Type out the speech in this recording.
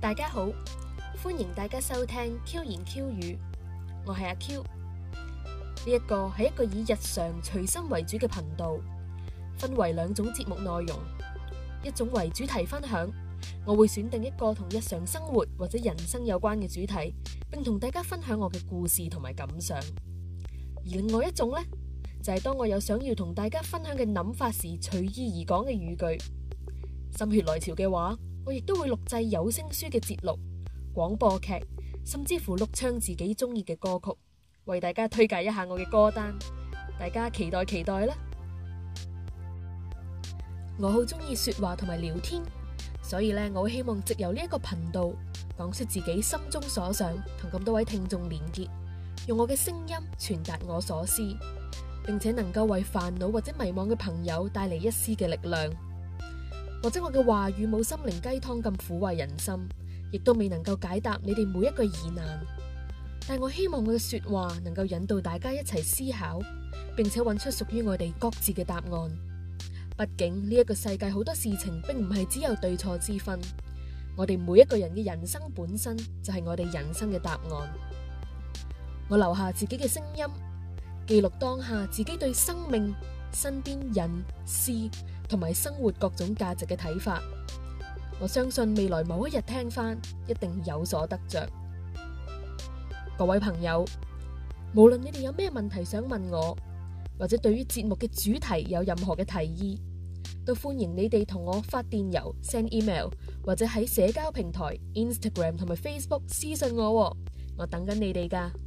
大家好，歡迎大家收聽 Q 言 Q 語，我係阿 Q。呢一個係一個以日常隨心為主嘅頻道，分為兩種節目內容，一種為主題分享，我會選定一個同日常生活或者人生有關嘅主題，並同大家分享我嘅故事同埋感想。而另外一種呢，就係當我有想要同大家分享嘅諗法時，隨意而講嘅語句。心血來潮嘅話，我亦都會錄製有聲書嘅節錄、廣播劇，甚至乎錄唱自己中意嘅歌曲，為大家推介一下我嘅歌單。大家期待啦！我好中意說話同埋聊天，所以呢，我會希望藉由呢一個頻道講出自己心中所想，同咁多位聽眾連結，用我嘅聲音傳達我所思，並且能夠為煩惱或者迷茫嘅朋友帶嚟一絲嘅力量。或者我嘅話語冇心靈雞湯咁撫慰人心，亦都未能夠解答你哋每一個疑難，但我希望我嘅說話能夠引導大家一齊思考，並且揾出屬於我哋各自嘅答案。畢竟呢一個世界好多事情並唔係只有對錯之分，我哋每一個人嘅人生本身就係我哋人生嘅答案。我留下自己嘅聲音，記錄當下自己對生命、身邊人事同埋生活各種價值嘅睇法。我相信未來某一日聽返，一定有所得着。各位朋友，無論你哋有咩問題想問我，或者對於節目嘅主題有任何嘅提議，都歡迎你哋同我發電郵、send email， 或者喺社交平台 Instagram 同埋 Facebook 私信我，我等緊你哋㗎。